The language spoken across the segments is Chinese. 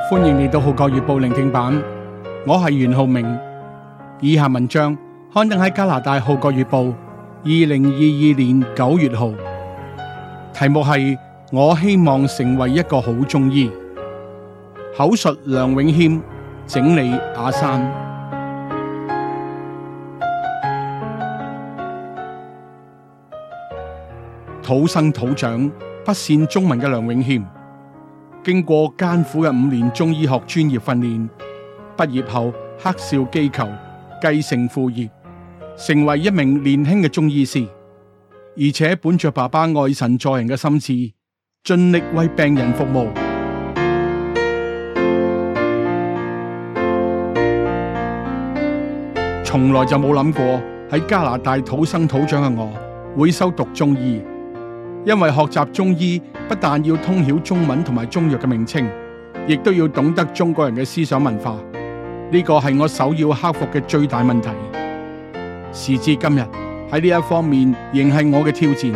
歡迎嚟到《號角月報》聆聽版，我係袁浩明。以下文章刊登喺加拿大《號角月報》2022年9月號，題目係我希望成為一個好中醫。口述梁永謙，整理阿山。土生土長不善中文嘅梁永謙，經過艱苦嘅5年中醫學專業訓練，畢業後克紹機構，繼承父業，成為一名年輕嘅中醫師，而且本着爸爸愛神助人嘅心志，盡力為病人服務。從來就冇諗過喺加拿大土生土長嘅我會修讀中醫，因為學習中醫不但要通曉中文同埋中藥嘅名稱，亦都要懂得中國人嘅思想文化。呢個係我首要克服嘅最大問題。時至今日，喺呢一方面仍係我嘅挑戰。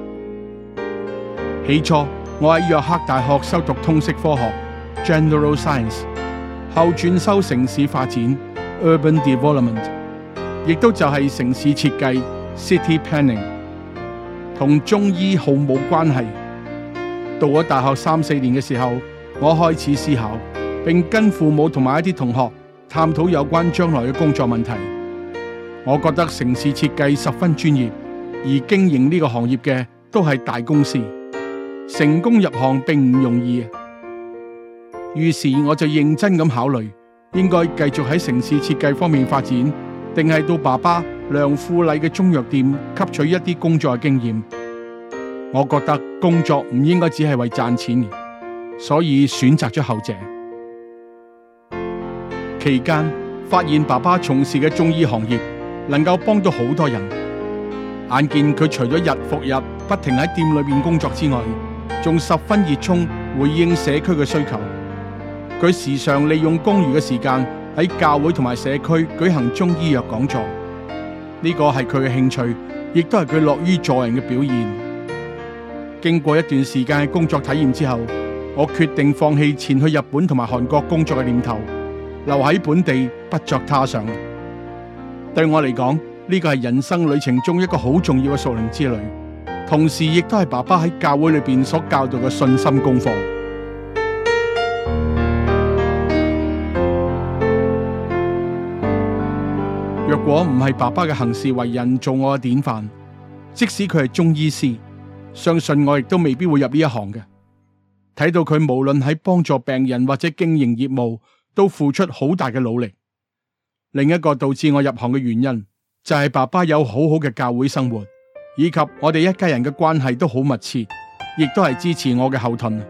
起初我喺約克大學修讀通識科學 General Science， 後轉修城市發展 Urban Development， 亦都就係城市設計 City Planning， 同中醫毫無關係。到咗大學3-4年嘅時候，我開始思考，並跟父母同埋一啲同學探討有關將來嘅工作問題。我覺得城市設計十分專業，而經營呢個行業嘅都係大公司，成功入行並唔容易。於是我就認真咁考慮，應該繼續喺城市設計方面發展，定係到爸爸梁富禮嘅中藥店吸取一啲工作嘅經驗。我覺得工作唔應該只係為賺錢，所以選擇咗後者。期間發現爸爸從事嘅中醫行業能夠幫到好多人，眼見佢除咗日復日不停喺店裏面工作之外，仲十分熱衷回應社區嘅需求。佢時常利用公餘嘅時間喺教會同埋社區舉行中醫藥講座，呢個係佢嘅興趣，亦都係佢樂於助人嘅表現。經過一段時間嘅工作體驗之後，我決定放棄前去日本同埋韓國工作嘅念頭，留喺本地不作他想。對我嚟講，呢個係人生旅程中一個好重要嘅屬靈之旅，同時亦都係爸爸喺教會裏邊所教導嘅信心功課。若果唔係爸爸嘅行事為人做我嘅典範，即使佢係中醫師，相信我亦都未必會入呢一行嘅。睇到佢無論喺幫助病人或者經營業務，都付出好大嘅努力。另一個導致我入行嘅原因，就係爸爸有好好嘅教會生活，以及我哋一家人嘅關係都好密切，亦都係支持我嘅後盾。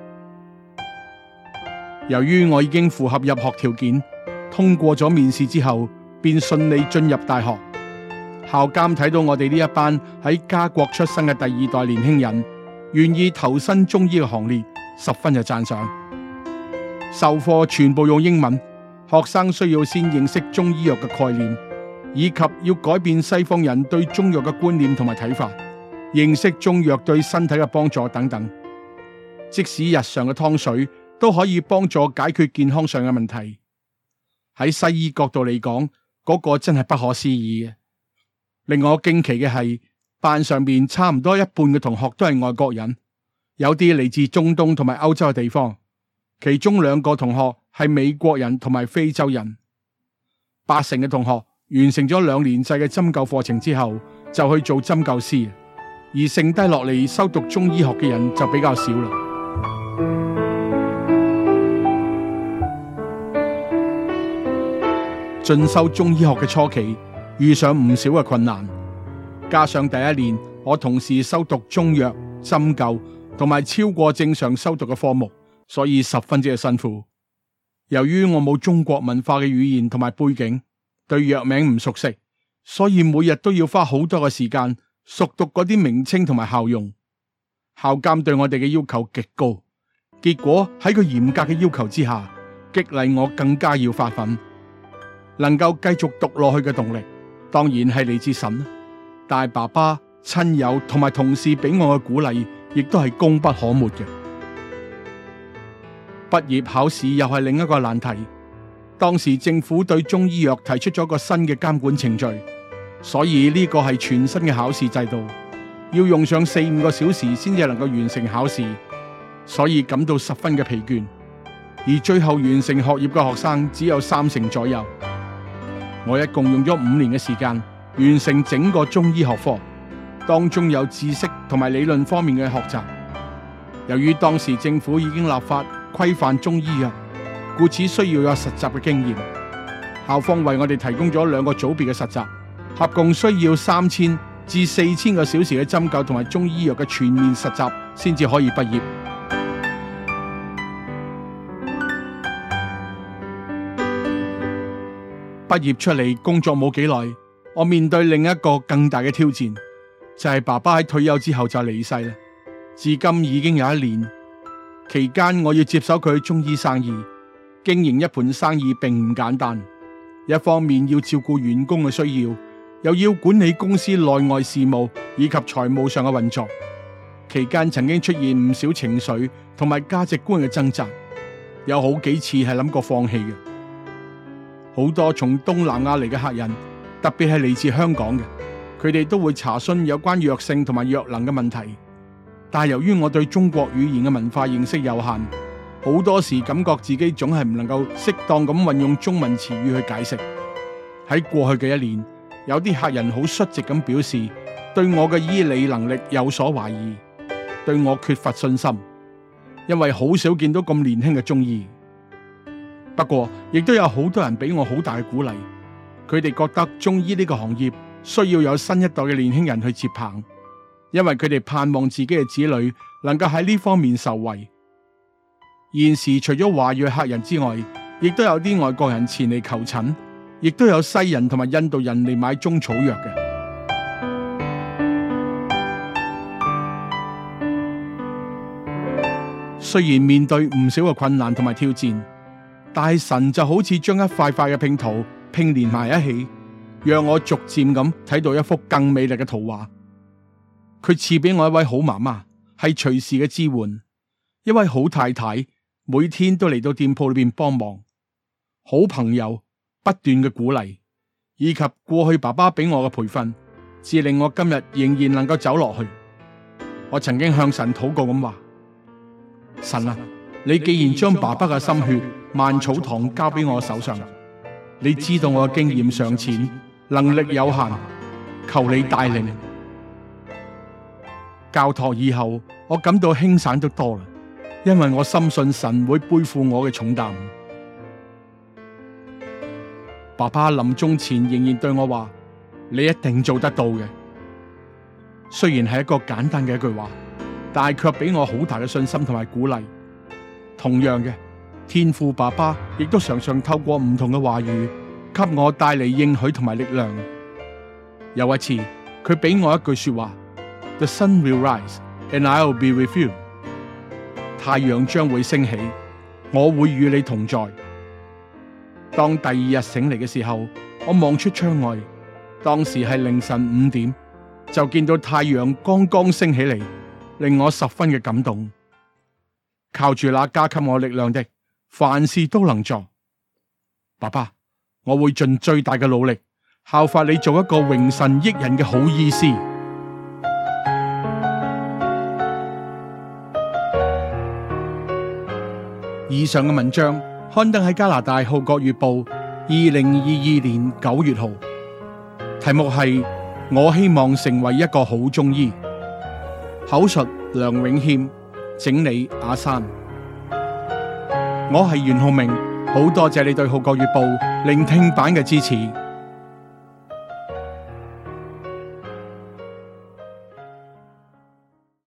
由於我已經符合入學條件，通過咗面試之後，便順利進入大學。校監睇到我哋呢一班喺家國出生嘅第二代年輕人，願意投身中醫嘅行列，十分嘅讚賞。授課全部用英文，學生需要先認識中醫藥嘅概念，以及要改變西方人對中藥嘅觀念同埋睇法，認識中藥對身體嘅幫助等等。即使日常嘅湯水都可以幫助解決健康上嘅問題。喺西醫角度嚟講，嗰個真係不可思議嘅。令我驚奇嘅係，班上面差唔多一半嘅同學都係外國人，有啲嚟自中東同埋歐洲嘅地方，其中2個同學係美國人同埋非洲人。80%嘅同學完成咗2年制嘅針灸課程之後，就去做針灸師，而剩低落嚟修讀中醫學嘅人就比較少啦。進修中醫學嘅初期，遇上唔少嘅困難，加上第1年我同時修讀中藥、針灸同埋超過正常修讀嘅科目，所以十分之辛苦。由於我冇中國文化嘅語言同埋背景，對藥名唔熟悉，所以每日都要花好多嘅時間熟讀嗰啲名稱同埋效用。校監對我哋嘅要求極高，結果喺佢嚴格嘅要求之下，激勵我更加要發奮。能夠繼續讀落去嘅動力，當然係嚟自神，但係爸爸、親友同埋同事俾我嘅鼓勵，亦都係功不可沒嘅。 畢業考試又係另一個難題。當時政府對中醫藥提出咗個新嘅監管程序，所以呢個係全新嘅考試制度，要用上4-5個小時先至能夠完成考試，所以感到十分嘅疲倦。而最後完成學業嘅學生只有30%左右。我一共用咗5年嘅時間完成整個中醫學科，當中有知識同埋理論方面嘅學習。由於當時政府已經立法規範中醫藥，故此需要有實習嘅經驗。校方為我哋提供咗2個組別嘅實習，合共需要3000至4000個小時嘅針灸同埋中醫藥嘅全面實習先至可以畢業。畢業出嚟工作冇幾耐，我面對另一個更大嘅挑戰，就係爸爸喺退休之後就離世啦。至今已經有1年，期間我要接手佢中醫生意，經營一盤生意並唔簡單。一方面要照顧員工嘅需要，又要管理公司內外事務以及財務上嘅運作。期間曾經出現唔少情緒同埋價值觀嘅掙扎，有好幾次係諗過放棄嘅。好多從東南亞嚟嘅客人，特別係嚟自香港嘅，佢哋都會查詢有關藥性同埋藥能嘅問題。但係由於我對中國語言嘅文化認識有限，好多時感覺自己總係唔能夠適當咁運用中文詞語去解釋。喺過去嘅1年，有啲客人好率直咁表示對我嘅醫理能力有所懷疑，對我缺乏信心，因為好少見到咁年輕嘅中醫。不過，亦都有好多人俾我好大嘅鼓勵，佢哋覺得中醫呢個行業需要有新一代嘅年輕人去接棒，因為佢哋盼望自己嘅子女能夠喺呢方面受惠。現時除咗華裔客人之外，亦都有啲外國人前嚟求診，亦都有西人同埋印度人嚟買中草藥嘅。雖然面對唔少嘅困難同埋挑戰，但係神就好似將一塊塊嘅拼圖拼連埋一起，讓我逐漸咁睇到一幅更美麗嘅圖畫。佢賜俾我一位好媽媽，係隨時嘅支援；一位好太太，每天都嚟到店鋪裏邊幫忙；好朋友，不斷嘅鼓勵，以及過去爸爸俾我嘅培訓，致令我今日仍然能夠走落去。我曾經向神禱告咁話：神啊，你既然將爸爸嘅心血蔓草堂交俾我手上，你知道我嘅經驗尚淺，能力有限，求你帶領。交託以後，我感到輕省得多啦，因為我深信神會背負我嘅重擔。爸爸臨終前仍然對我話：你一定做得到嘅。雖然係一個簡單嘅一句話，但係卻俾我好大嘅信心同埋鼓勵。同樣嘅，天父爸爸亦都常常透過唔同嘅話語，給我帶嚟應許同埋力量。有一次，佢俾我一句說話：The sun will rise and I'll be with you。太陽將會升起，我會與你同在。當第2日醒嚟嘅時候，我望出窗外，當時係凌晨5點，就見到太陽剛剛升起嚟，令我十分嘅感動。靠住那加給我力量的，凡事都能做。爸爸，我會盡最大嘅努力，效法你做一個榮神益人嘅好醫師。以上嘅文章刊登喺加拿大《號角月報》2022年9月號，題目係我希望成為一個好中醫。口述梁永謙，整理阿山。我係袁浩明，好多謝你對《號角月報》聆聽版嘅支持。